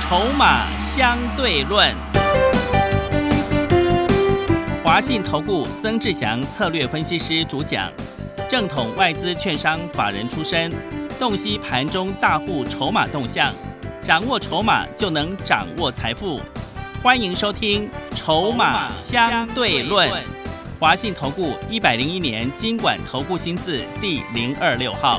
筹码相对论。华信投顾曾志祥策略分析师主讲，正统外资券商法人出身，洞悉盘中大户筹码动向，掌握筹码就能掌握财富。欢迎收听《筹码相对论》。华信投顾101年金管投顾新字第026号。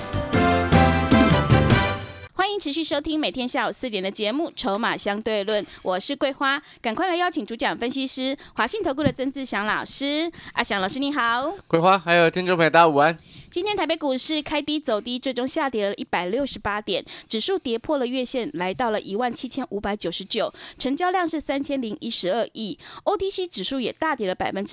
欢迎持续收听每天下午4点的节目《筹码相对论》，我是桂花，赶快来邀请主讲分析师华信投顾的曾志祥老师。阿祥老师你好。 桂花还有听众朋友大家午安。 今天台北股市开低走低，最终下跌了168点，指数跌破了月线，来到了17599，成交量是3012亿 ，OTC 指数也大跌了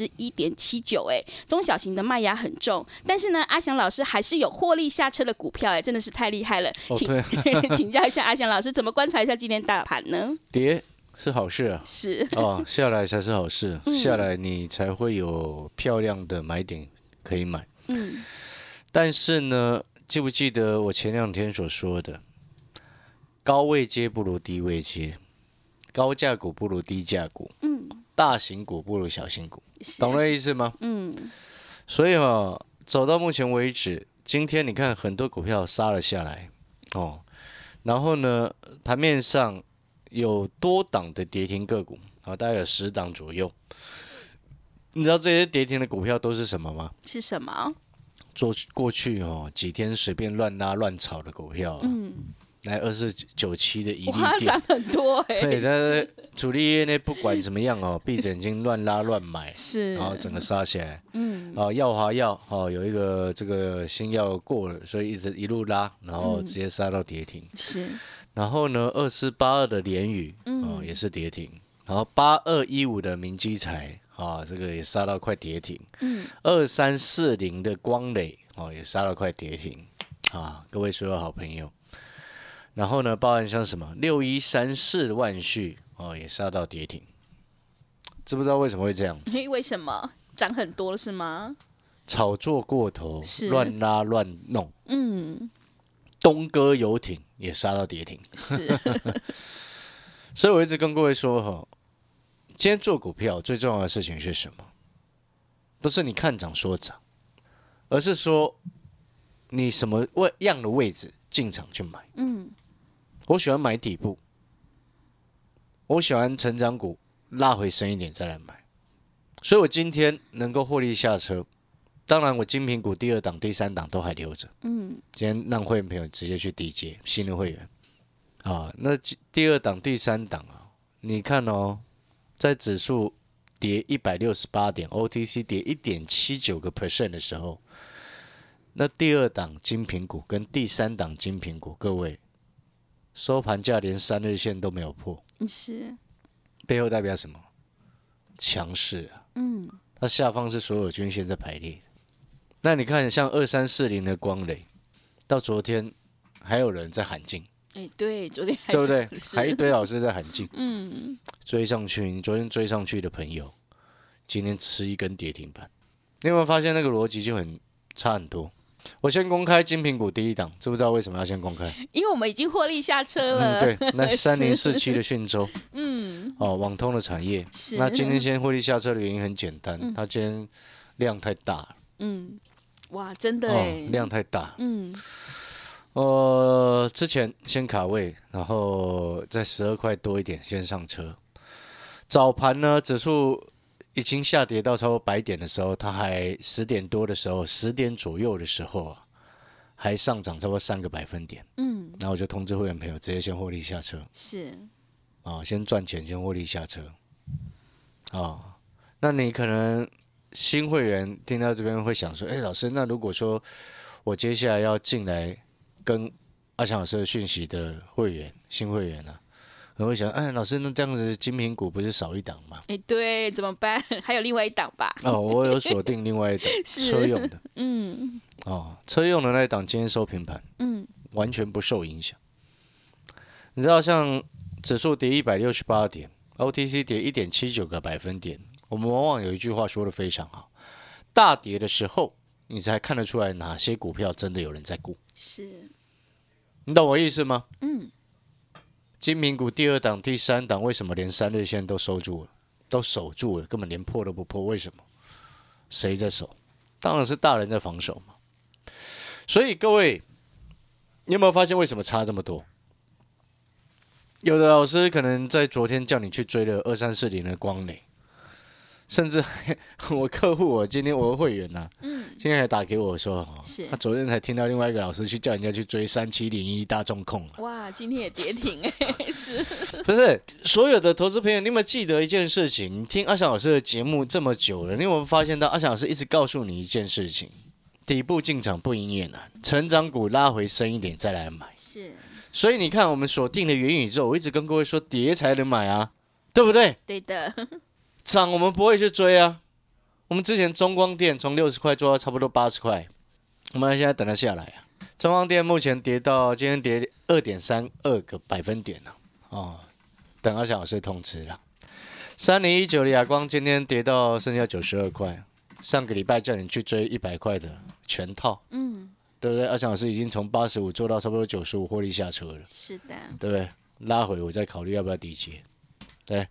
1.79%，中小型的卖压很重，但是呢，阿祥老师还是有获利下车的股票，真的是太厉害了。请教一下阿祥老师，怎么观察一下今天大盘呢？ 跌是好事啊， 是下来才是好事，下来你才会有漂亮的买点可以买。但是呢，记不记得我前2天所说的，高位接不如低位接，高价股不如低价股，大型股不如小型股，懂那意思吗？所以走到目前为止，今天你看很多股票杀了下来然后呢，盘面上有多档的跌停个股大概有10档左右。你知道这些跌停的股票都是什么吗？ 是什么？ 过去几天随便乱拉乱炒的股票来2497的一利电， 哇，涨很多对，但是主力业内不管怎么样闭着眼睛乱拉乱买， 是， 然后整个杀起来。耀华药有一个这个新药过了，所以一路拉，然后直接杀到跌停。 是， 然后呢，2482的联宇也是跌停，然后8215的明基材这个也杀到快跌停。2340的光磊也杀到快跌停各位所有好朋友。然后呢，包含像什么6134的万旭也杀到跌停，知不知道为什么会这样子？ 为什么涨很多了是吗？ 炒作过头，乱拉乱弄。东哥游艇也杀到跌停， 是。 所以我一直跟各位说今天做股票最重要的事情是什么？不是你看涨说涨，而是说你什么样的位置进场去买。我喜欢买底部，我喜欢成长股拉回深一点再来买，所以我今天能够获利下车。当然我精品股第2档第3档都还留着。今天让会员朋友直接去低接新的会员那第2档第3档你看在指数跌168点 OTC 跌 1.79% 的时候，那第2档精品股跟第3档精品股，各位收盘价连3日线都没有破， 是， 背后代表什么？强势它下方是所有均线在排列的。那你看像2340的光磊，到昨天还有人在喊进， 对，昨天还对不对？还一堆老师在喊进，追上去，你昨天追上去的朋友，今天吃一根跌停板，你有没有发现那个逻辑就差很多？我先公开精品股第1档，知不知道为什么要先公开？ 因为我们已经获利下车了。 对，那3047的讯州，网通的产业，那今天先获利下车的原因很简单，它今天量太大了。 哇，真的量太大。之前先卡位，然后在12块多一点先上车。早盘呢，指数已经下跌到超过100点的时候，它还10点多的时候，10点左右的时候还上涨超过3个百分点。然后我就通知会员朋友直接先获利下车。 是。 先赚钱，先获利下车。那你可能新会员听到这边会想说，老师，那如果说我接下来要进来跟阿强老师的讯息的会员，新会员我会想，老师，那这样子精品股不是少一档吗？ 对，怎么办？还有另外一档吧？ 我有锁定另外一档车用的。车用的那一档今天收平盘，完全不受影响。你知道，像指数跌168点 ，OTC 跌1.79个百分点，我们往往有一句话说的非常好：大跌的时候，你才看得出来哪些股票真的有人在顾。 是， 你懂我意思吗？ 精品股第2档、第3档，为什么连3日线都守住了，根本连破都不破？为什么？谁在守？当然是大人在防守嘛。所以各位，你有没有发现为什么差这么多？有的老师可能在昨天叫你去追了2340的光磊，甚至我客户今天我的会员今天还打给我说，他昨天才听到另外一个老师去叫人家去追3701大众控哇，今天也跌停是不是？所有的投资朋友，你有没有记得一件事情？你听阿翔老师的节目这么久了，你有没有发现到阿翔老师一直告诉你一件事情？底部进场不赢也难，成长股拉回深一点再来买。 是， 所以你看我们锁定的元宇宙，我一直跟各位说跌才能买啊，对不对？ 对的。 涨我们不会去追啊。我们之前中光电从60块做到差不多80块，我们现在等它下来啊。中光电目前跌到今天跌2.32个百分点了等阿翔老师通知了。3019的亚光今天跌到剩下92块，上个礼拜叫你去追100块的全套，对不对？阿翔老师已经从85做到差不多95，获利下车了， 是的， 对不对？拉回我再考虑要不要抵接。对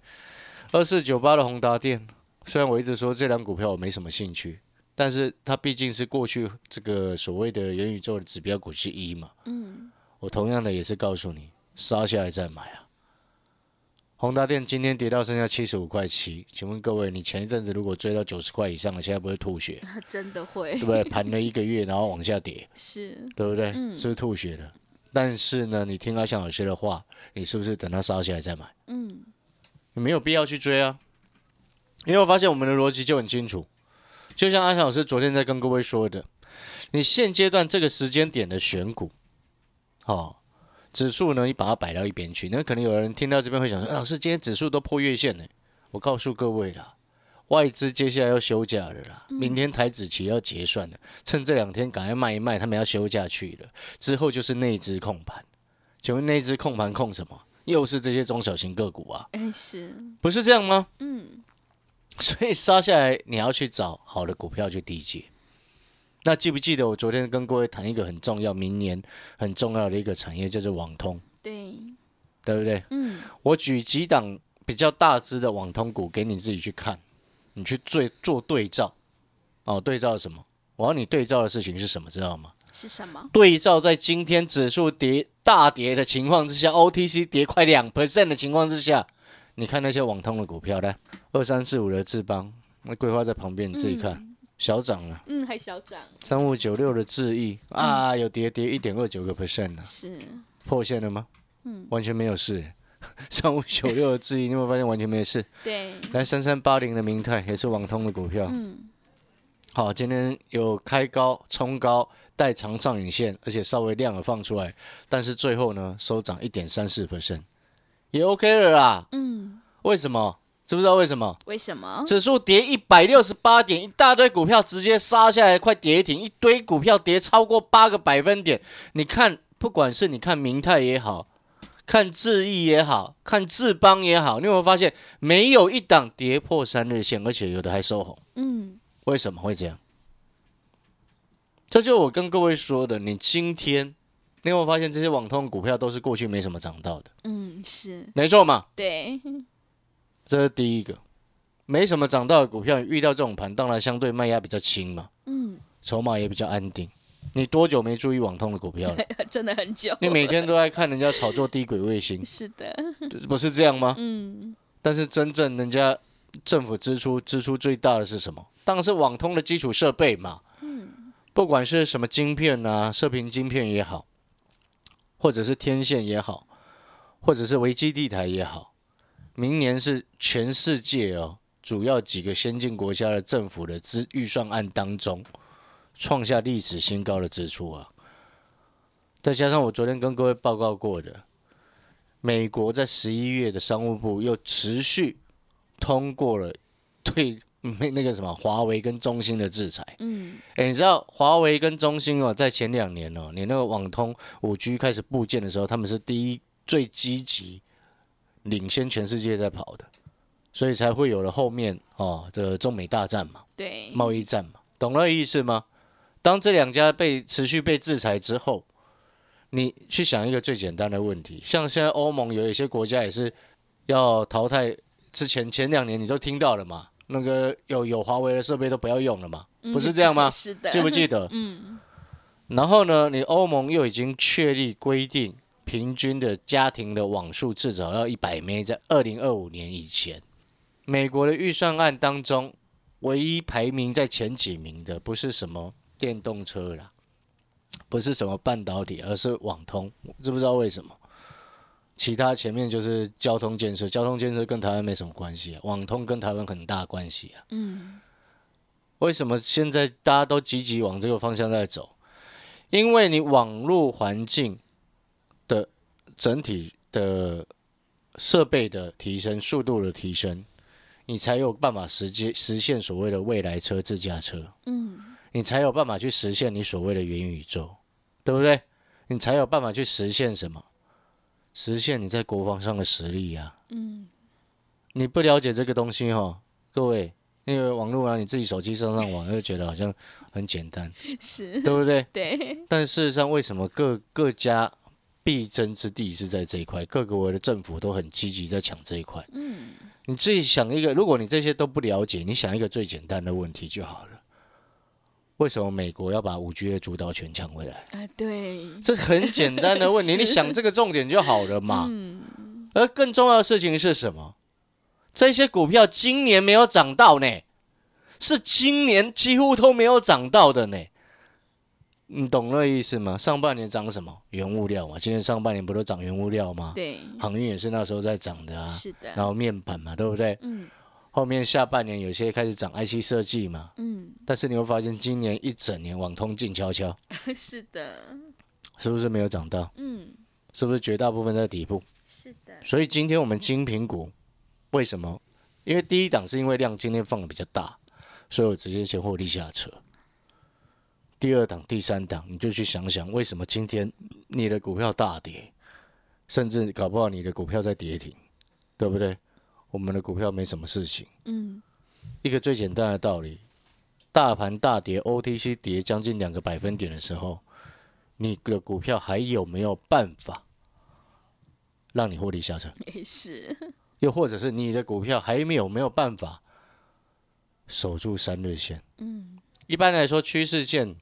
，2498的宏达电，虽然我一直说这档股票我没什么兴趣，但是它毕竟是过去这个所谓的元宇宙的指标股之一嘛。我同样的也是告诉你，杀下来再买啊。宏达电今天跌到剩下75块7，请问各位，你前一阵子如果追到90块以上了，现在不会吐血？ 真的会， 对不对？盘了1个月，然后往下跌， 是，对不对？是不是吐血了？但是呢，你听阿翔老师的话，你是不是等它杀下来再买？你没有必要去追啊。因为我发现我们的逻辑就很清楚，就像阿翔老师昨天在跟各位说的，你现阶段这个时间点的选股，指数呢，你把它摆到一边去。那可能有人听到这边会想说，老师今天指数都破月线了。我告诉各位啦，外资接下来要休假了啦，明天台指期要结算了，趁这2天赶快卖一卖，他们要休假去了。之后就是内资控盘，请问内资控盘控什么？又是这些中小型个股啊？ 是， 不是这样吗？所以杀下来你要去找好的股票去低接。那记不记得我昨天跟各位谈一个很重要，明年很重要的一个产业，叫做网通， 对不对？我举几档比较大只的网通股给你自己去看，你去做对照。对照什么？我要你对照的事情是什么？知道吗？ 是什么？ 对照在今天指数大跌的情况之下 ，OTC 跌快2% 的情况之下，你看那些网通的股票呢？2345的智邦，那规划在旁边，你自己看。小涨了， 还小涨。 3596的智毅有跌 1.29% 呢， 是破线了吗？完全没有事。3596的智毅，你有没有发现完全没事？ 对。 来3380的明泰也是网通的股票，好，今天有开高冲高带长上影线，而且稍微量有放出来，但是最后呢收涨 1.34%， 也 OK 了啦。为什么？知不知道为什么？ 为什么？ 指数跌168点，一大堆股票直接杀下来，快跌停，一堆股票跌超过8个百分点。你看，不管是你看明泰也好，看智毅也好，看智邦也好，你有没有发现没有一档跌破3日线，而且有的还收红？为什么会这样？这就是我跟各位说的，你今天你有没有发现这些网通股票都是过去没什么涨到的？ 是， 没错嘛。 对。 这是第一个，没什么涨到的股票，遇到这种盘，当然相对卖压比较轻嘛，筹码也比较安定。你多久没注意网通的股票了？ 真的很久。 你每天都在看人家炒作低轨卫星， 是的， 不是这样吗？但是真正人家政府支出最大的是什么？当然是网通的基础设备嘛。不管是什么晶片啊，射频晶片也好，或者是天线也好，或者是微基地台也好。明年是全世界主要几个先进国家的政府的预算案当中创下历史新高的支出啊！再加上我昨天跟各位报告过的，美国在11月的商务部又持续通过了对那个什么华为跟中兴的制裁。你知道华为跟中兴在前2年你那个网通 5G 开始布建的时候，他们是最积极领先全世界在跑的，所以才会有了后面的中美大战嘛， 对， 贸易战嘛，懂那个意思吗？当这2家持续被制裁之后， 你去想一个最简单的问题，像现在欧盟有一些国家也是要淘汰，之前前2年你都听到了嘛，那个有华为的设备都不要用了嘛，不是这样吗？ 是的， 记不记得？然后呢，你欧盟又已经确立规定，平均的家庭的网速至少要100 M， 在2025年以前。美国的预算案当中，唯一排名在前几名的不是什么电动车啦，不是什么半导体，而是网通，知不知道为什么？其他前面就是交通建设，交通建设跟台湾没什么关系啊，网通跟台湾很大关系啊。为什么现在大家都积极往这个方向在走？因为你网络环境的整体的设备的提升、速度的提升，你才有办法实现所谓的未来车、自驾车。你才有办法去实现你所谓的元宇宙，对不对？你才有办法去实现什么？实现你在国防上的实力啊。你不了解这个东西各位，因为网络啊，你自己手机上网就觉得好像很简单， 是， 对不对？ 对。 但事实上，为什么各家必争之地是在这一块？各国的政府都很积极在抢这一块。你自己想一个，如果你这些都不了解，你想一个最简单的问题就好了。为什么美国要把5G 的主导权抢回来？ 对， 这很简单的问题，你想这个重点就好了嘛。而更重要的事情是什么？这些股票今年没有涨到呢，是今年几乎都没有涨到的呢。你懂那意思吗？上半年涨什么？原物料嘛。今年上半年不都涨原物料吗？ 对， 航运也是那时候在涨的啊。 是的。 然后面板嘛，对不对？后面下半年有些开始涨 IC 设计嘛，但是你会发现今年一整年网通静悄悄， 是的， 是不是没有涨到？是不是绝大部分在底部？ 是的。 所以今天我们精品股为什么？因为第一档是因为量今天放的比较大，所以我直接先获利下车。第二档、第三档，你就去想想为什么今天你的股票大跌，甚至搞不好你的股票在跌停，对不对？我们的股票没什么事情。一个最简单的道理，大盘大跌 ，OTC 跌将近2个百分点的时候，你的股票还有没有办法让你获利下车？ 是。 又或者是你的股票还有没有办法守住3日线？一般来说趋势线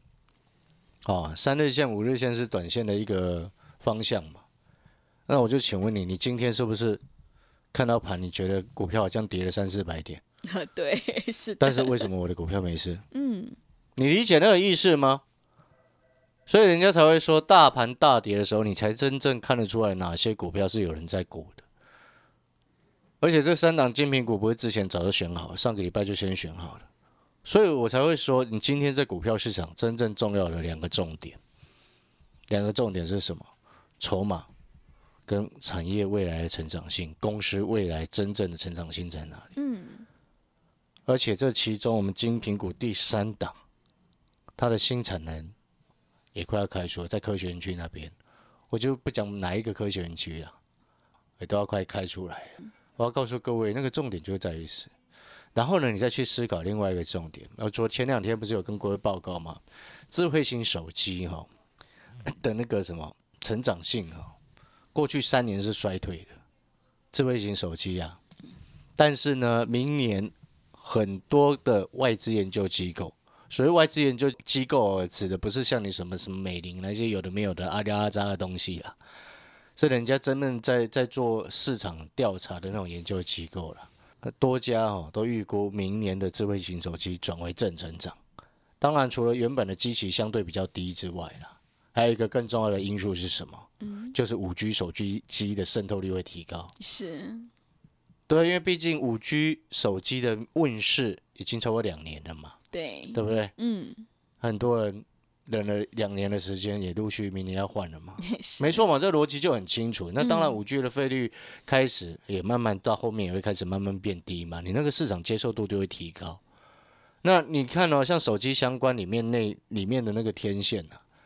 ，3日线、5日线是短线的一个方向嘛。那我就请问你，你今天是不是看到盘，你觉得股票好像跌了300-400点？ 对，是的。 但是为什么我的股票没事？你理解那个意思吗？所以人家才会说，大盘大跌的时候，你才真正看得出来哪些股票是有人在顾的。而且这3档精品股不是之前早就选好，上个礼拜就先选好了。所以我才会说，你今天在股票市场真正重要的2个重点是什么？筹码跟产业未来的成长性，公司未来真正的成长性在哪里？而且这其中我们精品股第3档，它的新产能也快要开出了，在科学园区那边，我就不讲哪一个科学园区了，也都要快开出来了。我要告诉各位，那个重点就在于此。然后呢，你再去思考另外一个重点。前2天不是有跟各位报告吗？智慧型手机的那个什么成长性过去3年是衰退的，智慧型手机啊。但是呢，明年很多的外资研究机构，所谓外资研究机构指的不是像你什么美林那些有的没有的阿里阿扎的东西啦，是人家真正在做市场调查的那种研究机构啦。多家都预估明年的智慧型手机转为正成长。当然，除了原本的基期相对比较低之外啦，还有一个更重要的因素是什么？就是 5G 手机的渗透率会提高。 是。 对，因为毕竟 5G 手机的问世已经超过2年了嘛。 对不对？很多人忍了2年的时间，也陆续明年要换了嘛。没错嘛，这逻辑就很清楚。那当然，5G 的费率开始也慢慢到后面也会开始慢慢变低嘛，你那个市场接受度就会提高。那你看像手机相关里面的那个天线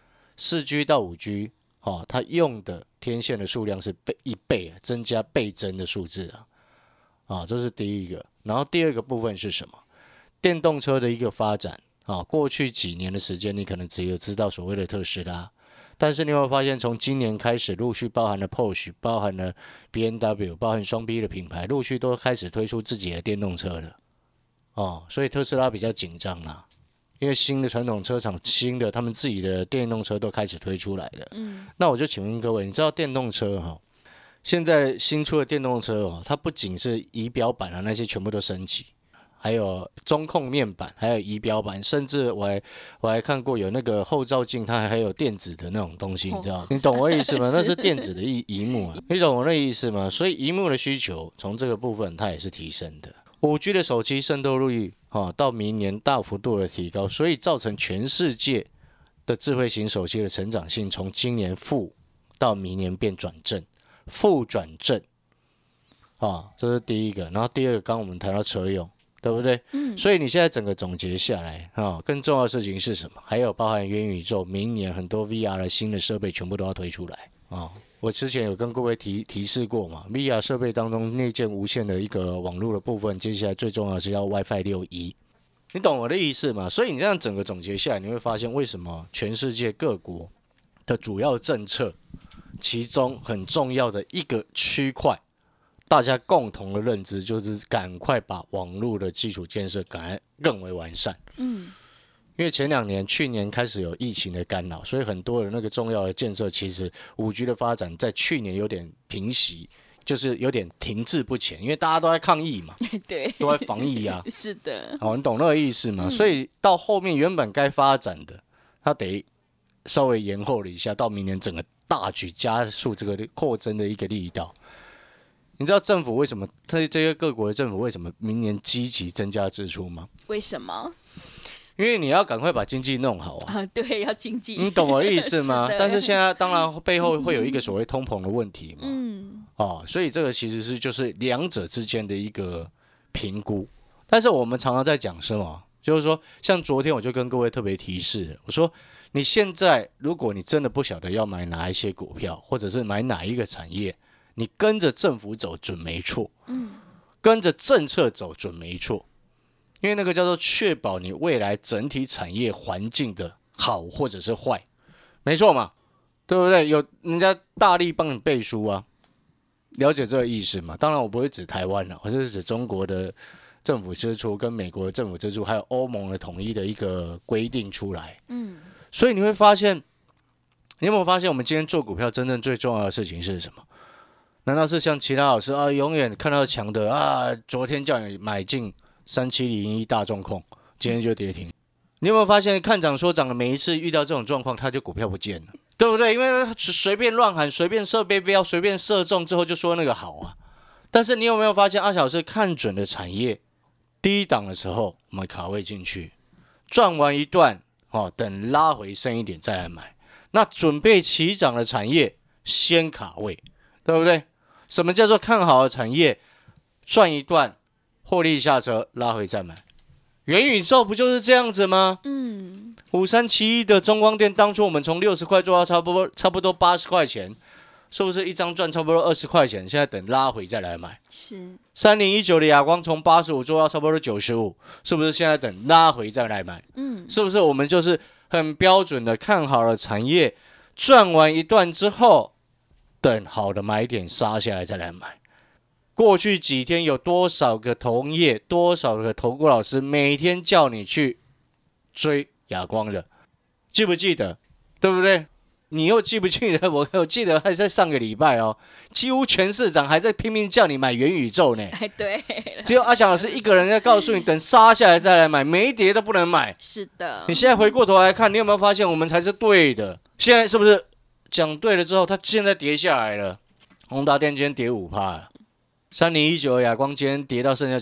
4G 到5G，它用的天线的数量是1倍增加倍增的数字这是第一个。然后第二个部分是什么？电动车的一个发展过去几年的时间，你可能只有知道所谓的特斯拉， 但是你有没有发现，从今年开始，陆续包含了 Porsche、包含了 BMW、包含双 B 的品牌，陆续都开始推出自己的电动车了。所以特斯拉比较紧张啦，因为新的传统车厂、新的他们自己的电动车都开始推出来了。那我就请问各位，你知道电动车现在新出的电动车它不仅是仪表板那些全部都升级。还有中控面板，还有仪表板，甚至我还看过有那个后照镜，它还有电子的那种东西，你知道？你懂我的意思吗？那是电子的萤幕啊，你懂我的意思吗？所以萤幕的需求从这个部分它也是提升的。5G 的手机渗透率到明年大幅度的提高，所以造成全世界的智慧型手机的成长性从今年负到明年变转正，负转正这是第一个。然后第二个，刚刚我们谈到车用。对不对？所以你现在整个总结下来更重要的事情是什么？还有包含元宇宙，明年很多 VR 的新的设备全部都要推出来我之前有跟各位提示过嘛 ，VR 设备当中内建无线的一个网络的部分，接下来最重要的是要 WiFi 6E，你懂我的意思吗？所以你这样整个总结下来，你会发现为什么全世界各国的主要政策，其中很重要的一个区块。大家共同的认知就是赶快把网络的基础建设更为完善。因为去年开始有疫情的干扰，所以很多的那个重要的建设，其实5G 的发展在去年有点平息，就是有点停滞不前，因为大家都在抗疫嘛， 对， 都在防疫啊。 是的， 你懂那个意思吗？所以到后面原本该发展的，它得稍微延后了一下，到明年整个大举加速这个扩增的一个力道。你知道政府为什么这些各国的政府为什么明年积极增加支出吗？ 为什么？ 因为你要赶快把经济弄好对，要经济。 你懂我的意思吗？但是现在当然背后会有一个所谓通膨的问题嘛。所以这个其实就是两者之间的一个评估。但是我们常常在讲什么？就是说，像昨天我就跟各位特别提示，我说你现在如果你真的不晓得要买哪一些股票，或者是买哪一个产业。你跟着政府走准没错，跟着政策走准没错，因为那个叫做确保你未来整体产业环境的好或者是坏，没错嘛，对不对？有人家大力帮你背书啊，了解这个意思嘛？当然我不会指台湾我是指中国的政府支出跟美国的政府支出，还有欧盟的统一的一个规定出来。所以你会发现，你有没有发现我们今天做股票真正最重要的事情是什么？难道是像其他老师永远看到强的昨天叫你买进3701大众控，今天就跌停？你有没有发现看涨说涨的每一次遇到这种状况，他就股票不见了，对不对？因为他随便乱喊，随便射飞镖，随便射中之后就说那个好但是你有没有发现阿小师看准的产业，低档的时候我们卡位进去，赚完一段等拉回升一点再来买。那准备起涨的产业先卡位，对不对？什么叫做看好的产业赚一段获利下车拉回再买？元宇宙不就是这样子吗？5371的中光电当初我们从60块做到差不多80块钱，是不是一张赚差不多20块钱？现在等拉回再来买。 是 3019的亚光从85做到差不多95，是不是现在等拉回再来买？是不是我们就是很标准的看好了产业，赚完一段之后等好的买点杀下来再来买？过去几天有多少个同业，多少个投顾老师每天叫你去追亚光的，记不记得？对不对？你又记不记得？我记得还在上个礼拜几乎全市场还在拼命叫你买元宇宙呢。 对， 只有阿翔老师一个人在告诉你，等杀下来再来买，每一跌都不能买。 是的。你现在回过头来看，你有没有发现我们才是对的？现在是不是讲对了之后，它现在跌下来了？宏达电今天跌 5% 了，3019的亚光今天跌到剩下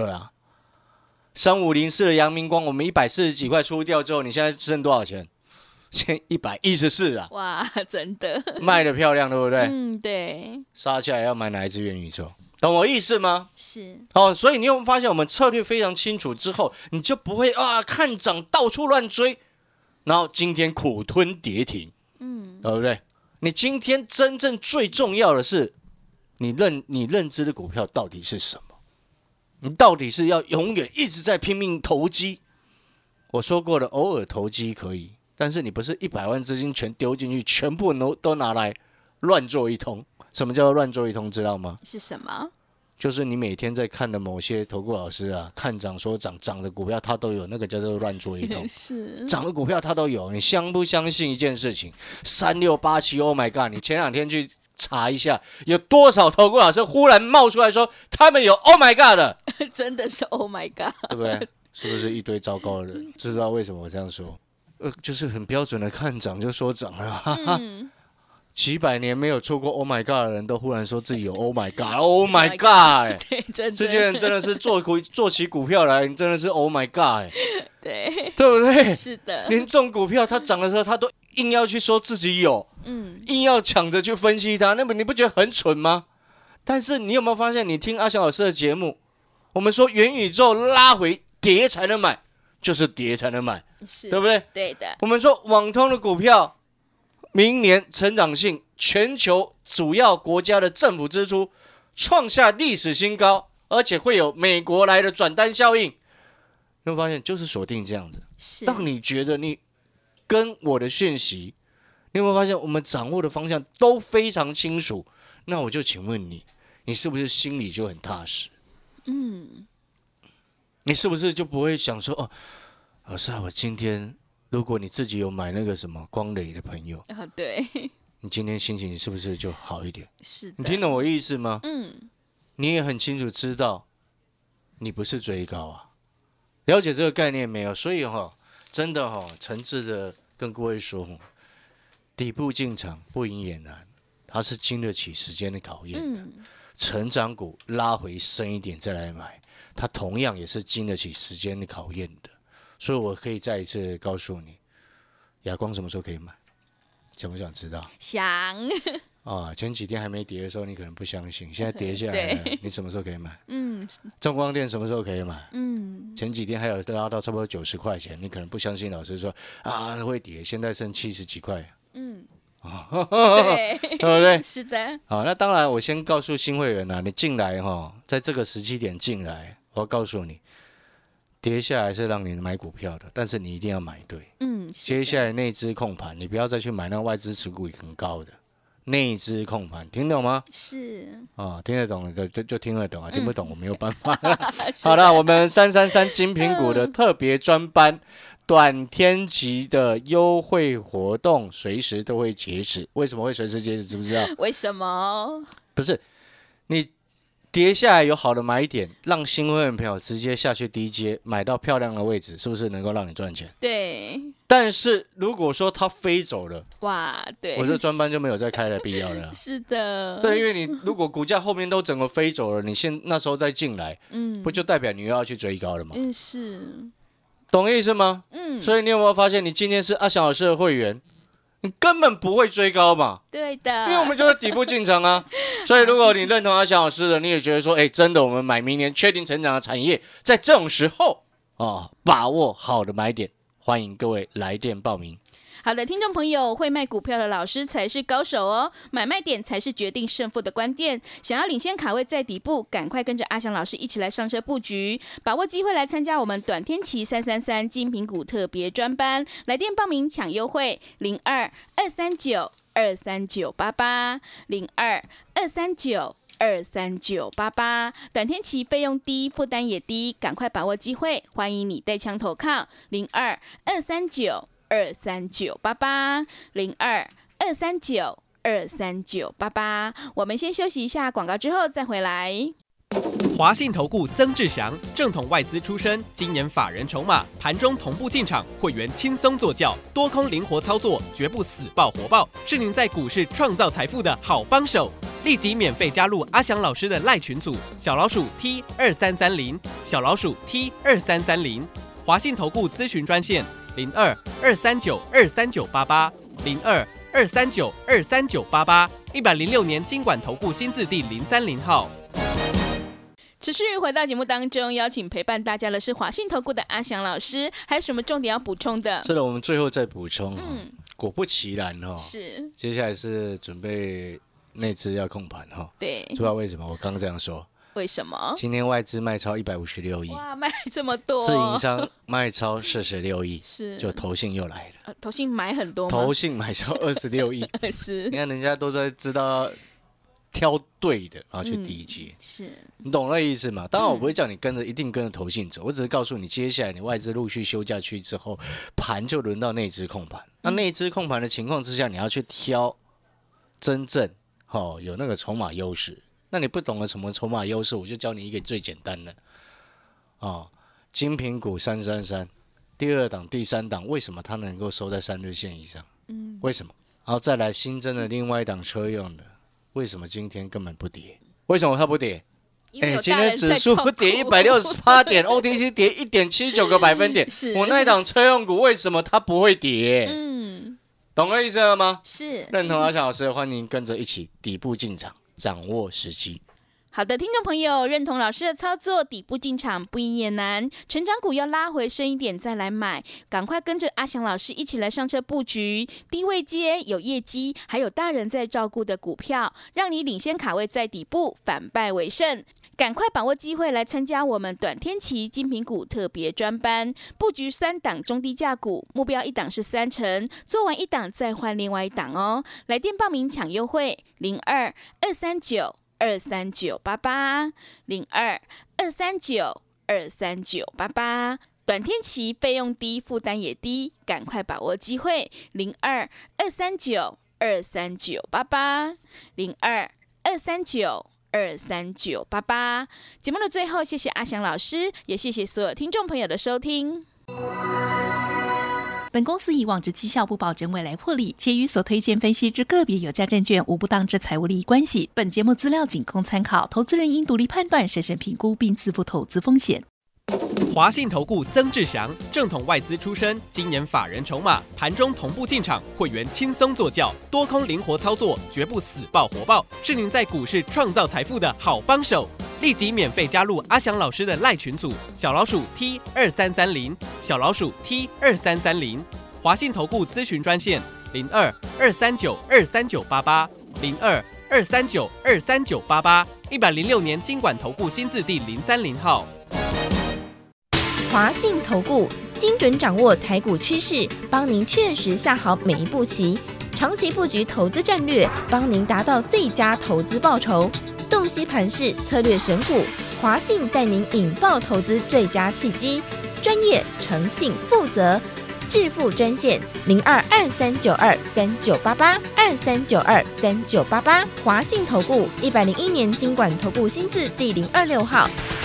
923504的阳明光，我们140几块出掉之后，你现在剩多少钱？现在114 哇，真的卖得漂亮，对不对？ 对。 杀下来要买哪一支元宇宙？懂我意思吗？ 是。 所以你有没有发现我们策略非常清楚之后，你就不会看涨到处乱追，然后今天苦吞跌停，对不对？你今天真正最重要的是，你认知的股票到底是什么？你到底是要永远一直在拼命投机？我说过了，偶尔投机可以， 但是你不是100万资金全丢进去，全部都拿来乱做一通。什么叫做乱做一通？知道吗？ 是什么？ 就是你每天在看的某些投顾老师啊，看涨说涨，涨的股票他都有，那个叫做乱做一通。 是涨的股票他都有，你相不相信一件事情？3687 ，Oh my God！ 你前2天去查一下，有多少投顾老师忽然冒出来说他们有 Oh my God 的， 真的是 Oh my God， 对不对？是不是一堆糟糕的人？知道为什么我这样说？就是很标准的看涨就说涨了，哈哈。几百年没有做过 Oh my God 的人都忽然说自己有 Oh my God，Oh my God！ 对，真的， 这些人真的是做起股票来，真的是 Oh my God！ 对， 对不对？ 是的， 连中股票它涨的时候，他都硬要去说自己有，硬要抢着去分析它，那么你不觉得很蠢吗？但是你有没有发现，你听阿翔老师的节目，我们说元宇宙拉回跌才能买，就是跌才能买，对不对？ 对的。 我们说网通的股票。明年成长性，全球主要国家的政府支出创下历史新高，而且会有美国来的转单效应。你会发现，就是锁定这样子。当你觉得你跟我的讯息，你有没有发现我们掌握的方向都非常清楚？那我就请问你，你是不是心里就很踏实？你是不是就不会想说，哦，老师啊，我今天。如果你自己有买那个什么光磊的朋友， 对， 你今天心情是不是就好一点？ 是的， 你听懂我意思吗？你也很清楚知道，你不是追高啊，了解这个概念没有？所以真的诚挚的跟各位说，底部进场不赢也难，它是经得起时间的考验的。成长股拉回深一点再来买，它同样也是经得起时间的考验的。所以我可以再一次告诉你，亚光什么时候可以买？想不想知道？ 想啊，前几天还没跌的时候，你可能不相信，现在跌下来了，你什么时候可以买？中光电什么时候可以买？前几天还有拉到差不多90块钱，你可能不相信老师说啊会跌，现在剩70几块。 对， 对不对？ 是的。 好，那当然，我先告诉新会员你进来在这个17点进来，我要告诉你。跌下来是让你买股票的，但是你一定要买对。接下来内资控盘，你不要再去买那外资持股很高的内资控盘，听懂吗？ 是啊，听得懂的就听得懂啊，听不懂我没有办法。好了，我们333精品股的特别专班，短天期的优惠活动随时都会截止。为什么会随时截止？知不知道？ 为什么？ 不是你。跌下来有好的买点，让新会员朋友直接下去低阶买到漂亮的位置，是不是能够让你赚钱？ 对。 但是如果说它飞走了， 哇，对， 我这专班就没有再开的必要了。 是的。 对，因为你如果股价后面都整个飞走了，你那时候再进来，不就代表你又要去追高了吗？ 是。 懂意思吗？所以你有没有发现，你今天是阿翔老师的会员？你根本不会追高嘛， 对的， 因为我们就是底部进场啊。所以如果你认同阿翔老师的，你也觉得说，真的我们买明年确定成长的产业，在这种时候把握好的买点，欢迎各位来电报名。 好的，听众朋友，会卖股票的老师才是高手哦，买卖点才是决定胜负的关键。想要领先卡位在底部，赶快跟着阿翔老师一起来上车布局，把握机会来参加我们短天期333精品股特别专班，来电报名抢优惠02-239-239882-02-239-23988，短天期费用低，负担也低，赶快把握机会，欢迎你带枪投靠02-239-23882-02-239-23988。我们先休息一下广告，之后再回来。 华信投顾曾志祥，正统外资出身，今年法人筹码，盘中同步进场，会员轻松做教，多空灵活操作，绝不死抱活抱，是您在股市创造财富的好帮手。立即免费加入阿翔老师的赖群组，小老鼠 T2330，小老鼠 T2330。华信投顾咨询专线02-239-23988，02-239-23988，106年金管投顾新字第030号。 持续回到节目当中，邀请陪伴大家的是华信投顾的阿翔老师，还有什么重点要补充的？ 是的，我们最后再补充。果不其然是接下来是准备内资要控盘对， 不知道为什么我刚刚这样说。 为什么？ 今天外资卖超156亿， 哇，卖这么多， 自营商卖超46亿， 是就投信又来了， 投信买很多吗？ 投信买超26亿， 是， 你看人家都在知道挑对的，然后去低接， 是你懂那意思吗？当然我不会叫你一定跟着投信走，我只是告诉你，接下来你外资陆续休假去之后，盘就轮到内资控盘。那内资控盘的情况之下，你要去挑真正有那个筹码优势。那你不懂得什么筹码优势，我就教你一个最简单的精品股333，第二档、第三档，为什么它能够收在3日线以上？为什么？然后再来新增的另外一档车用的，为什么今天根本不跌？为什么它不跌？今天指数跌168点，OTC 跌1.79个百分点。我那一档车用股为什么它不会跌？懂我意思了吗？ 是。 认同阿翔老师的，欢迎跟着一起底部进场，掌握时机。 好的，听众朋友，认同老师的操作，底部进场不易也难，成长股要拉回深一点再来买，赶快跟着阿翔老师一起来上车布局，低位接有业绩，还有大人在照顾的股票，让你领先卡位在底部，反败为胜。赶快把握机会来参加我们短天期精品股特别专班，布局3档中低价股，目标1档是3成，做完1档再换另外1档哦。来电报名抢优惠02-239-23988，02-239-23988，短天期费用低，负担也低，赶快把握机会，02-239-23988，02-239-23988。节目的最后，谢谢阿翔老师，也谢谢所有听众朋友的收听。 本公司以往之绩效不保证未来获利，且与所推荐分析之个别有价证券无不当之财务利益关系。本节目资料仅供参考，投资人应独立判断、审慎评估并自负投资风险。 华信投顾曾志祥，正统外资出身，今年法人筹码，盘中同步进场，会员轻松做教，多空灵活操作，绝不死抱活抱，是您在股市创造财富的好帮手。立即免费加入阿翔老师的赖群组，小老鼠 T2330，小老鼠 T2330，华信投顾咨询专线02-239-23988，02-239-23988，106年金管投顾新字第030号。 华信投顾精准掌握台股趋势，帮您确实下好每一步棋，长期布局投资战略，帮您达到最佳投资报酬。洞悉盘势，策略选股，华信带您引爆投资最佳契机，专业、诚信、负责，致富专线02-2392-3988，2392-3988，华信投顾101年金管投顾新字第026号。